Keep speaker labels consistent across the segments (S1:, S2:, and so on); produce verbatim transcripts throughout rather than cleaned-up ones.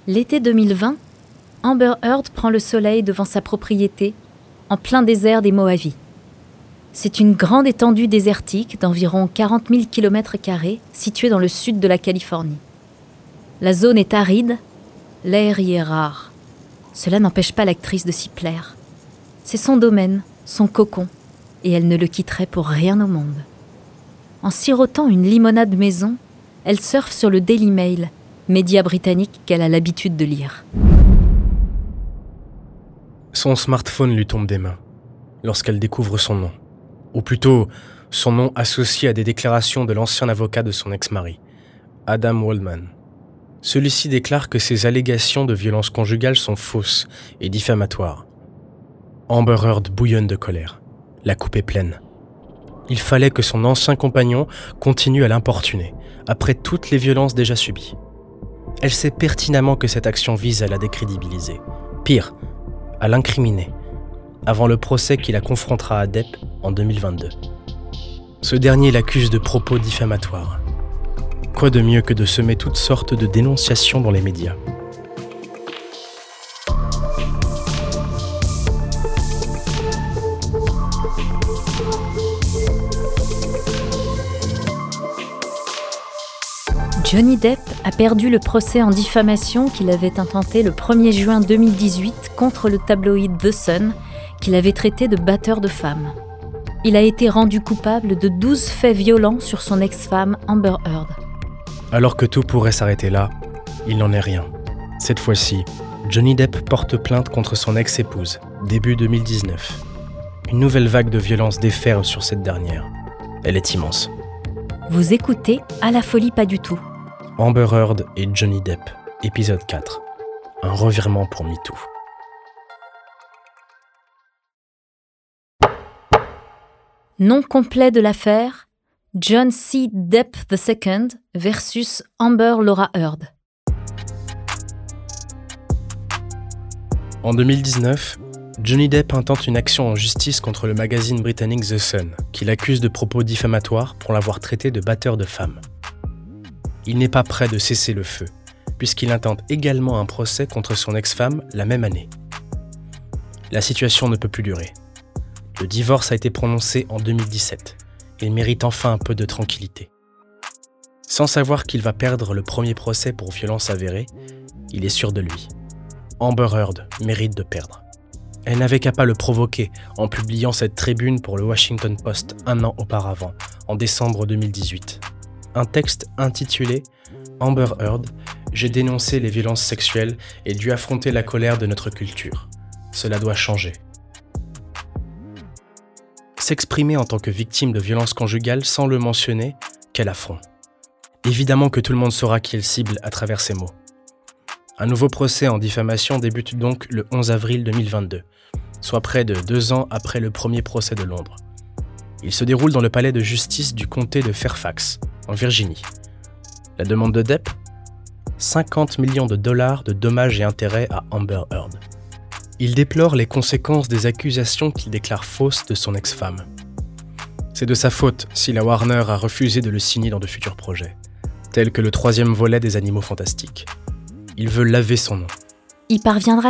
S1: L'été deux mille vingt, Amber Heard prend le soleil devant sa propriété, en plein désert des Mojaves. C'est une grande étendue désertique d'environ quarante mille kilomètres carrés située dans le sud de la Californie. La zone est aride, l'air y est rare. Cela n'empêche pas l'actrice de s'y plaire. C'est son domaine, son cocon, et elle ne le quitterait pour rien au monde. En sirotant une limonade maison, elle surfe sur le Daily Mail, média britannique qu'elle a l'habitude de lire.
S2: Son smartphone lui tombe des mains lorsqu'elle découvre son nom. Ou plutôt, son nom associé à des déclarations de l'ancien avocat de son ex-mari, Adam Waldman. Celui-ci déclare que ces allégations de violence conjugale sont fausses et diffamatoires. Amber Heard bouillonne de colère. La coupe est pleine. Il fallait que son ancien compagnon continue à l'importuner, après toutes les violences déjà subies. Elle sait pertinemment que cette action vise à la décrédibiliser. Pire, à l'incriminer, avant le procès qui la confrontera à Depp en deux mille vingt-deux. Ce dernier l'accuse de propos diffamatoires. Quoi de mieux que de semer toutes sortes de dénonciations dans les médias ?
S1: Johnny Depp a perdu le procès en diffamation qu'il avait intenté le premier juin deux mille dix-huit contre le tabloïd The Sun, qu'il avait traité de batteur de femmes. Il a été rendu coupable de douze faits violents sur son ex-femme Amber Heard.
S2: Alors que tout pourrait s'arrêter là, il n'en est rien. Cette fois-ci, Johnny Depp porte plainte contre son ex-épouse, début deux mille dix-neuf. Une nouvelle vague de violence déferle sur cette dernière. Elle est immense.
S1: Vous écoutez À la folie pas du tout.
S2: Amber Heard et Johnny Depp, épisode quatre. Un revirement pour MeToo.
S1: Nom complet de l'affaire, John C. Depp the second versus Amber Laura Heard.
S2: En deux mille dix-neuf, Johnny Depp intente une action en justice contre le magazine britannique The Sun, qui l'accuse de propos diffamatoires pour l'avoir traité de batteur de femmes. Il n'est pas prêt de cesser le feu, puisqu'il intente également un procès contre son ex-femme la même année. La situation ne peut plus durer. Le divorce a été prononcé en deux mille dix-sept. Il mérite enfin un peu de tranquillité. Sans savoir qu'il va perdre le premier procès pour violence avérée, il est sûr de lui. Amber Heard mérite de perdre. Elle n'avait qu'à pas le provoquer en publiant cette tribune pour le Washington Post un an auparavant, en décembre deux mille dix-huit. Un texte intitulé « Amber Heard, j'ai dénoncé les violences sexuelles et dû affronter la colère de notre culture. Cela doit changer. » S'exprimer en tant que victime de violences conjugales sans le mentionner, quel affront. Évidemment que tout le monde saura qui elle cible à travers ces mots. Un nouveau procès en diffamation débute donc le onze avril deux mille vingt-deux, soit près de deux ans après le premier procès de Londres. Il se déroule dans le palais de justice du comté de Fairfax, en Virginie. La demande de Depp ? cinquante millions de dollars de dommages et intérêts à Amber Heard. Il déplore les conséquences des accusations qu'il déclare fausses de son ex-femme. C'est de sa faute si la Warner a refusé de le signer dans de futurs projets, tels que le troisième volet des Animaux Fantastiques. Il veut laver son nom.
S1: Y parviendra-t-il ?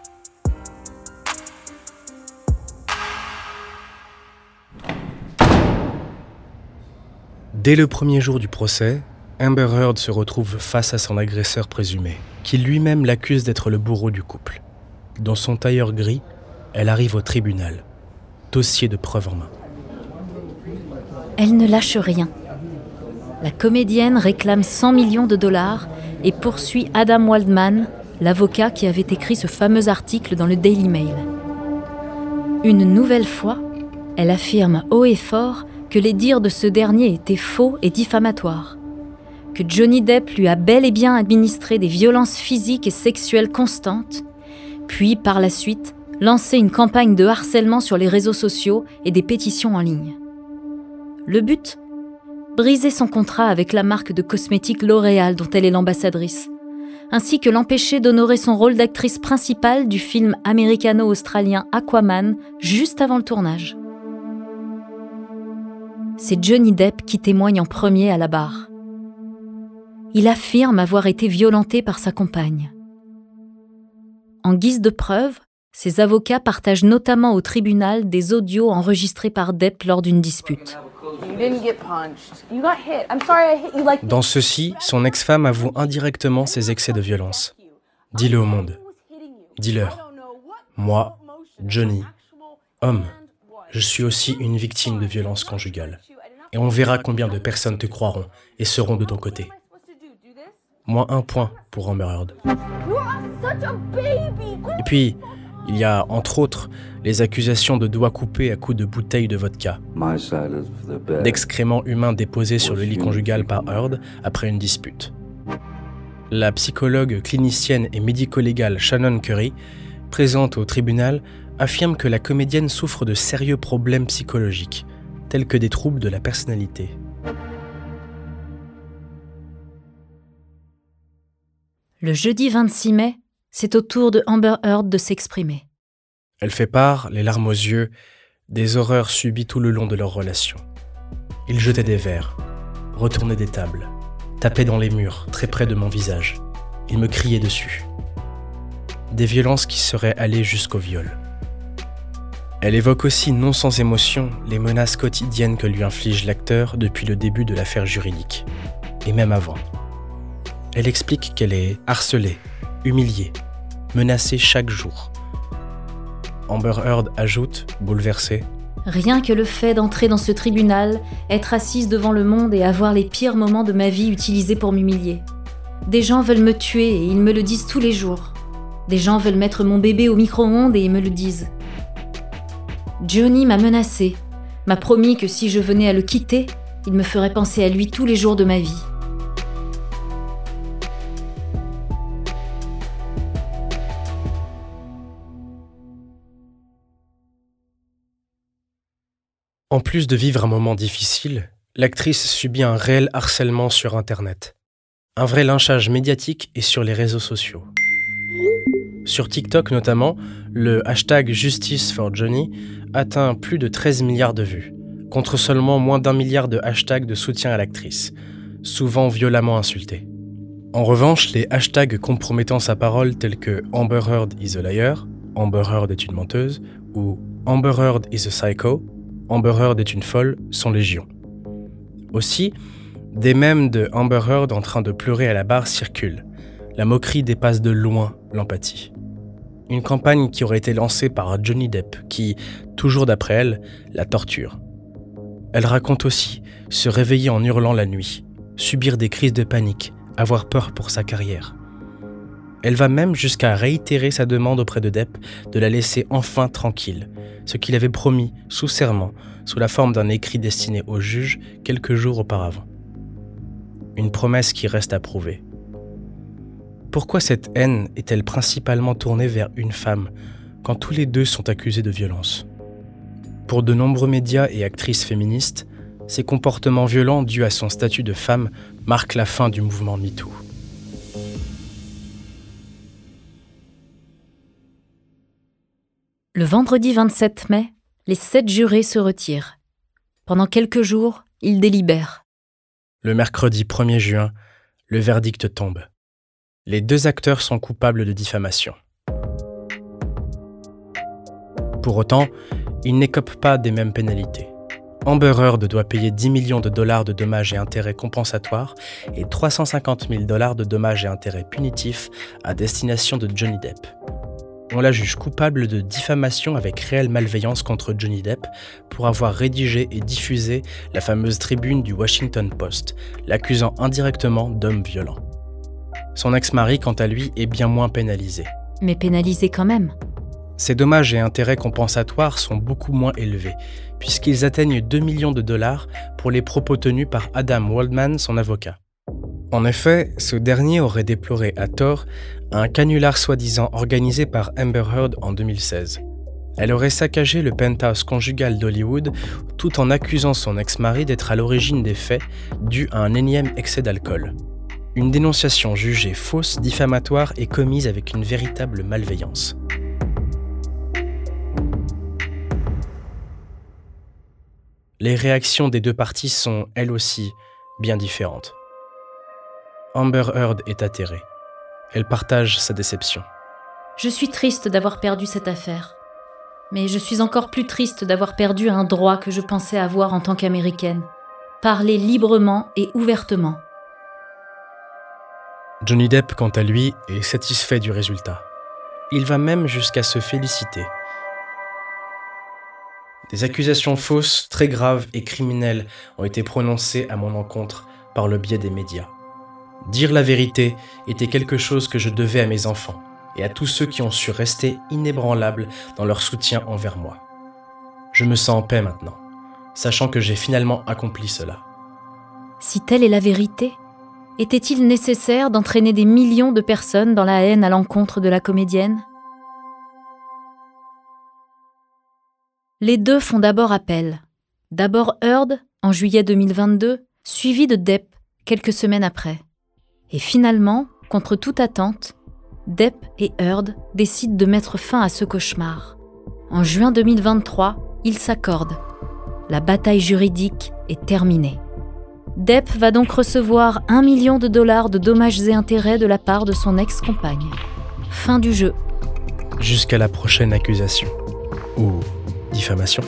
S2: Dès le premier jour du procès, Amber Heard se retrouve face à son agresseur présumé, qui lui-même l'accuse d'être le bourreau du couple. Dans son tailleur gris, elle arrive au tribunal, dossier de preuve en main.
S1: Elle ne lâche rien. La comédienne réclame cent millions de dollars et poursuit Adam Waldman, l'avocat qui avait écrit ce fameux article dans le Daily Mail. Une nouvelle fois, elle affirme haut et fort que les dires de ce dernier étaient faux et diffamatoires, que Johnny Depp lui a bel et bien administré des violences physiques et sexuelles constantes, puis par la suite lancé une campagne de harcèlement sur les réseaux sociaux et des pétitions en ligne. Le but ? Briser son contrat avec la marque de cosmétiques L'Oréal dont elle est l'ambassadrice, ainsi que l'empêcher d'honorer son rôle d'actrice principale du film américano-australien Aquaman juste avant le tournage. C'est Johnny Depp qui témoigne en premier à la barre. Il affirme avoir été violenté par sa compagne. En guise de preuve, ses avocats partagent notamment au tribunal des audios enregistrés par Depp lors d'une dispute.
S2: Dans ceux-ci, son ex-femme avoue indirectement ses excès de violence. Dis-le au monde. Dis-leur. Moi, Johnny, homme, je suis aussi une victime de violence conjugale. Et on verra combien de personnes te croiront et seront de ton côté. Moins un point pour Amber Heard. Et puis, il y a, entre autres, les accusations de doigts coupés à coups de bouteilles de vodka, d'excréments humains déposés sur le lit conjugal par Heard après une dispute. La psychologue clinicienne et médico-légale Shannon Curry, présente au tribunal, affirme que la comédienne souffre de sérieux problèmes psychologiques, tels que des troubles de la personnalité.
S1: Le jeudi vingt-six mai, c'est au tour de Amber Heard de s'exprimer.
S2: Elle fait part, les larmes aux yeux, des horreurs subies tout le long de leur relation. Il jetait des verres, retournait des tables, tapait dans les murs, très près de mon visage. Il me criait dessus. Des violences qui seraient allées jusqu'au viol. Elle évoque aussi, non sans émotion, les menaces quotidiennes que lui inflige l'acteur depuis le début de l'affaire juridique, et même avant. Elle explique qu'elle est harcelée, humiliée, menacée chaque jour. Amber Heard ajoute, bouleversée,
S1: « Rien que le fait d'entrer dans ce tribunal, être assise devant le monde et avoir les pires moments de ma vie utilisés pour m'humilier. Des gens veulent me tuer et ils me le disent tous les jours. Des gens veulent mettre mon bébé au micro-ondes et ils me le disent. Johnny m'a menacée, m'a promis que si je venais à le quitter, il me ferait penser à lui tous les jours de ma vie. »
S2: En plus de vivre un moment difficile, l'actrice subit un réel harcèlement sur Internet. Un vrai lynchage médiatique et sur les réseaux sociaux. Sur TikTok notamment, le hashtag Justice for Johnny atteint plus de treize milliards de vues, contre seulement moins d'un milliard de hashtags de soutien à l'actrice, souvent violemment insultés. En revanche, les hashtags compromettant sa parole tels que Amber Heard is a liar, Amber Heard est une menteuse, ou Amber Heard is a psycho, Amber Heard est une folle, sont légion. Aussi, des mèmes de Amber Heard en train de pleurer à la barre circulent. La moquerie dépasse de loin l'empathie. Une campagne qui aurait été lancée par Johnny Depp, qui, toujours d'après elle, la torture. Elle raconte aussi se réveiller en hurlant la nuit, subir des crises de panique, avoir peur pour sa carrière. Elle va même jusqu'à réitérer sa demande auprès de Depp de la laisser enfin tranquille, ce qu'il avait promis sous serment, sous la forme d'un écrit destiné au juge quelques jours auparavant. Une promesse qui reste à prouver. Pourquoi cette haine est-elle principalement tournée vers une femme, quand tous les deux sont accusés de violence ? Pour de nombreux médias et actrices féministes, ces comportements violents dus à son statut de femme marquent la fin du mouvement MeToo.
S1: Le vendredi vingt-sept mai, les sept jurés se retirent. Pendant quelques jours, ils délibèrent.
S2: Le mercredi premier juin, le verdict tombe. Les deux acteurs sont coupables de diffamation. Pour autant, ils n'écopent pas des mêmes pénalités. Amber Heard doit payer dix millions de dollars de dommages et intérêts compensatoires et trois cent cinquante mille dollars de dommages et intérêts punitifs à destination de Johnny Depp. On la juge coupable de diffamation avec réelle malveillance contre Johnny Depp pour avoir rédigé et diffusé la fameuse tribune du Washington Post, l'accusant indirectement d'homme violent. Son ex-mari, quant à lui, est bien moins pénalisé.
S1: Mais pénalisé quand même.
S2: Ces dommages et intérêts compensatoires sont beaucoup moins élevés, puisqu'ils atteignent deux millions de dollars pour les propos tenus par Adam Waldman, son avocat. En effet, ce dernier aurait déploré à tort un canular soi-disant organisé par Amber Heard en deux mille seize. Elle aurait saccagé le penthouse conjugal d'Hollywood tout en accusant son ex-mari d'être à l'origine des faits dus à un énième excès d'alcool. Une dénonciation jugée fausse, diffamatoire et commise avec une véritable malveillance. Les réactions des deux parties sont, elles aussi, bien différentes. Amber Heard est atterrée. Elle partage sa déception.
S1: Je suis triste d'avoir perdu cette affaire. Mais je suis encore plus triste d'avoir perdu un droit que je pensais avoir en tant qu'Américaine. Parler librement et ouvertement.
S2: Johnny Depp, quant à lui, est satisfait du résultat. Il va même jusqu'à se féliciter. Des accusations fausses, très graves et criminelles ont été prononcées à mon encontre par le biais des médias. Dire la vérité était quelque chose que je devais à mes enfants et à tous ceux qui ont su rester inébranlables dans leur soutien envers moi. Je me sens en paix maintenant, sachant que j'ai finalement accompli cela.
S1: Si telle est la vérité, était-il nécessaire d'entraîner des millions de personnes dans la haine à l'encontre de la comédienne ? Les deux font d'abord appel. D'abord Heard, en juillet deux mille vingt-deux, suivi de Depp, quelques semaines après. Et finalement, contre toute attente, Depp et Heard décident de mettre fin à ce cauchemar. En juin deux mille vingt-trois, ils s'accordent. La bataille juridique est terminée. Depp va donc recevoir un million de dollars de dommages et intérêts de la part de son ex-compagne. Fin du jeu.
S2: Jusqu'à la prochaine accusation. Ou diffamation.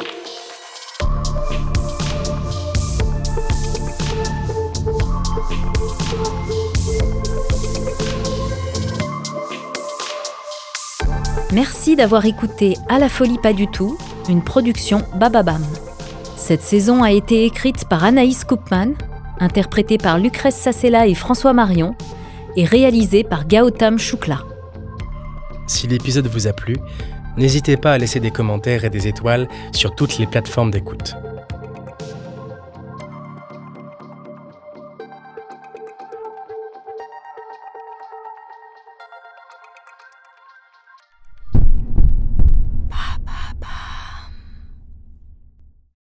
S1: Merci d'avoir écouté À la folie pas du tout, une production Bababam. Cette saison a été écrite par Anaïs Koopman, interprétée par Lucrèce Sassella et François Marion, et réalisée par Gautam Shukla.
S2: Si l'épisode vous a plu, n'hésitez pas à laisser des commentaires et des étoiles sur toutes les plateformes d'écoute.